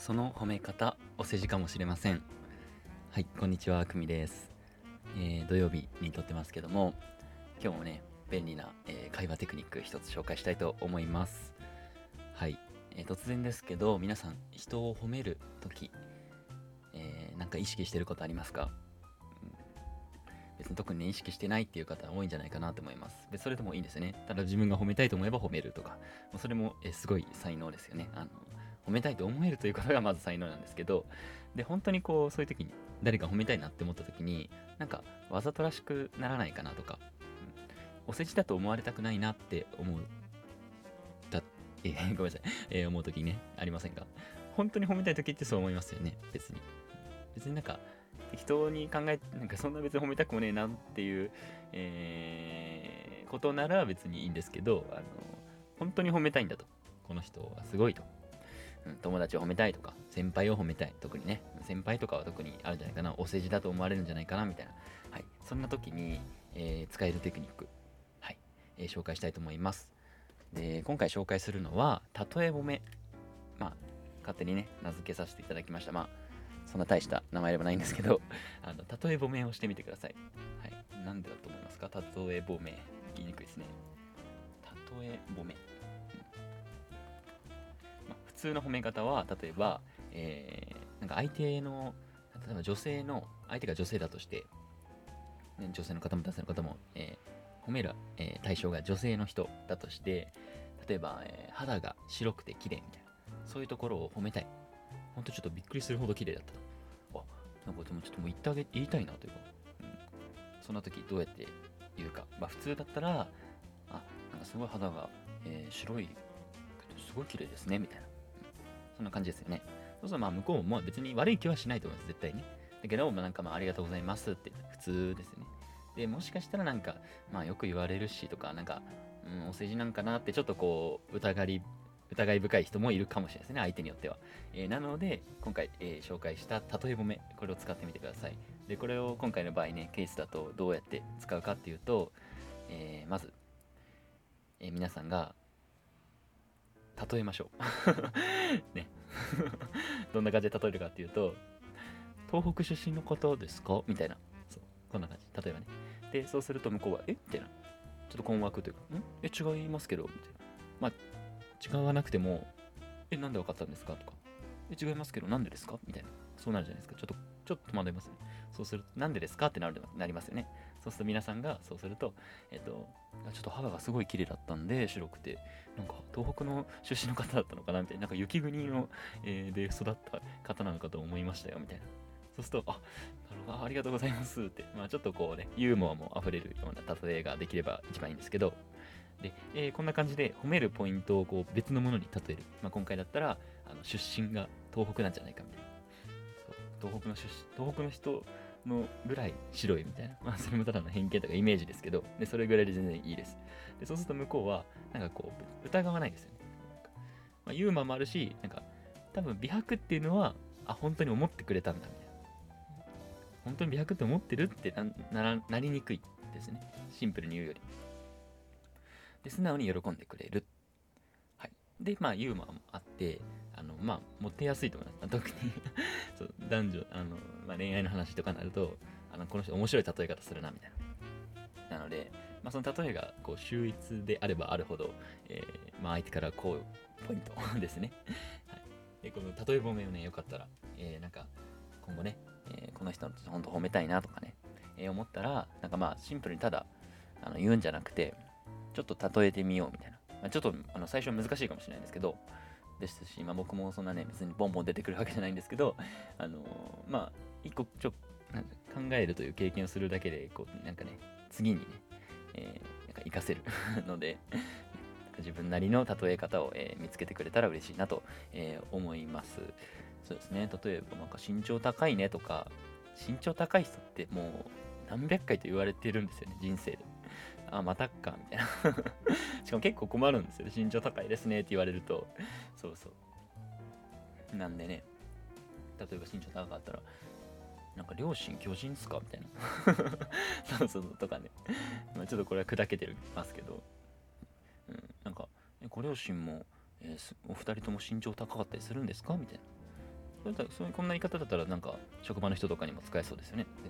その褒め方お世辞かもしれません。はい、こんにちは、くみです。土曜日に撮ってますけども、今日もね便利な、会話テクニック一つ紹介したいと思います。はい、突然ですけど、皆さん人を褒めるとき、なんか意識してることありますか？別に特にね意識してないっていう方多いんじゃないかなと思います。でそれでもいいんですよね。ただ自分が褒めたいと思えば褒めるとか、もうそれも、すごい才能ですよね。褒めたいと思えるということがまず才能なんですけど、で本当にこうそういう時に誰か褒めたいなって思った時に、なんかわざとらしくならないかなとか、お世辞だと思われたくないなって思うだ、ごめんなさい、思う時ねありませんか？本当に褒めたい時ってそう思いますよね。別になんか適当に考え、なんかそんな別に褒めたくもねえなっていう、ことなら別にいいんですけど、本当に褒めたいんだと。この人はすごいと。友達を褒めたいとか、先輩を褒めたい。特にね、先輩とかは特にあるんじゃないかな。お世辞だと思われるんじゃないかな、みたいな。はい。そんな時に、使えるテクニック、はい、紹介したいと思います。で、今回紹介するのは、例え褒め。まあ、勝手にね、名付けさせていただきました。まあ、そんな大した名前でもないんですけど、例え褒めをしてみてください。はい。なんでだと思いますか？例え褒め。言いにくいですね。例え褒め。普通の褒め方は、例えば、なんか相手の、例えば女性の、相手が女性だとして、ね、女性の方も男性の方も、褒める、対象が女性の人だとして、例えば、肌が白くて綺麗みたいな、そういうところを褒めたい。ほんとちょっとびっくりするほど綺麗だったと。なんかでもちょっともう言いたいなというか、うん、そんな時どうやって言うか。普通だったら、なんかすごい肌が、白いけどすごい綺麗ですねみたいな、そんな感じですよね。そうすると向こうも別に悪い気はしないと思います、絶対に。だけど、なんかありがとうございますって普通ですよね。で、もしかしたらなんか、よく言われるしとか、なんか、お世辞なんかなってちょっとこう、疑い深い人もいるかもしれないですね、相手によっては。なので、今回、紹介した例え褒め、これを使ってみてください。で、これを今回の場合ね、ケースだとどうやって使うかっていうと、まず、皆さんが例えましょう。ね。どんな感じで例えるかっていうと、東北出身の方ですかみたいな。そう。こんな感じ。例えばね。で、そうすると向こうは、みたいな。ちょっと困惑というか、違いますけどみたいな。違わなくても、なんで分かったんですかとか、違いますけど、なんでですかみたいな。そうなるじゃないですか。ちょっと戸惑いますね。そうすると、なんでですかってなりますよね。そうすると皆さんが、そうすると、ちょっと肌がすごい綺麗だったんで、白くて、なんか東北の出身の方だったのかなみたいな、なんか雪国の、で育った方なのかと思いましたよ、みたいな。そうすると、なるほど、ありがとうございますって、ちょっとこうね、ユーモアも溢れるような例えができれば一番いいんですけど、で、こんな感じで褒めるポイントをこう別のものに例える。今回だったら、出身が東北なんじゃないかみたいな。そう東北の人のぐらい白いみたいな。それもただの偏見とかイメージですけど、で、それぐらいで全然いいです。で、そうすると向こうは、なんかこう、疑わないですよね。ユーモアもあるし、なんか、多分美白っていうのは、本当に思ってくれたんだみたいな。本当に美白って思ってるってなりにくいですね。シンプルに言うより。で、素直に喜んでくれる。はい。で、ユーモアもあって、モテやすいと思います。特にそう男女、恋愛の話とかになると、この人面白い例え方するな、みたいな。なので、その例えがこう秀逸であればあるほど、相手からこう、ポイントですね。はい。で、この例え褒めをね、よかったら、なんか、今後ね、この人の本当褒めたいなとかね、思ったら、なんかシンプルにただ、言うんじゃなくて、ちょっと例えてみようみたいな。ちょっと最初は難しいかもしれないんですけど、ですし、僕もそんなね、別にボンボン出てくるわけじゃないんですけど、一個なんか考えるという経験をするだけで、こう、なんかね、次にね、なんか活かせるので、なんか自分なりの例え方を、見つけてくれたら嬉しいなと、思います。そうですね、例えばなんか身長高いねとか、身長高い人ってもう何百回と言われてるんですよね、人生で。またっか、みたいな。しかも結構困るんですよ。身長高いですねって言われると。そうそう。なんでね、例えば身長高かったら、なんか両親巨人っすかみたいな。そうとかね。ちょっとこれは砕けてますけど、なんか、ご両親も、お二人とも身長高かったりするんですかみたいな。 こんな言い方だったらなんか職場の人とかにも使えそうですよね。全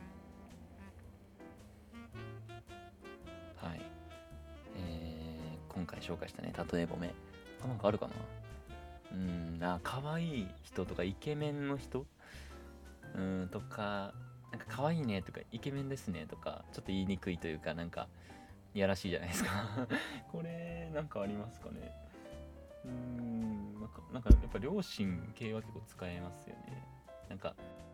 然。はい。今回紹介したね、例え褒め。なんかあるかな。可愛い人とかイケメンの人とか、なんか可愛いねとかイケメンですねとか、ちょっと言いにくいというか、なんか、いやらしいじゃないですか。これ、なんかありますかね。なんかやっぱ両親系は結構使えますよね。なんか、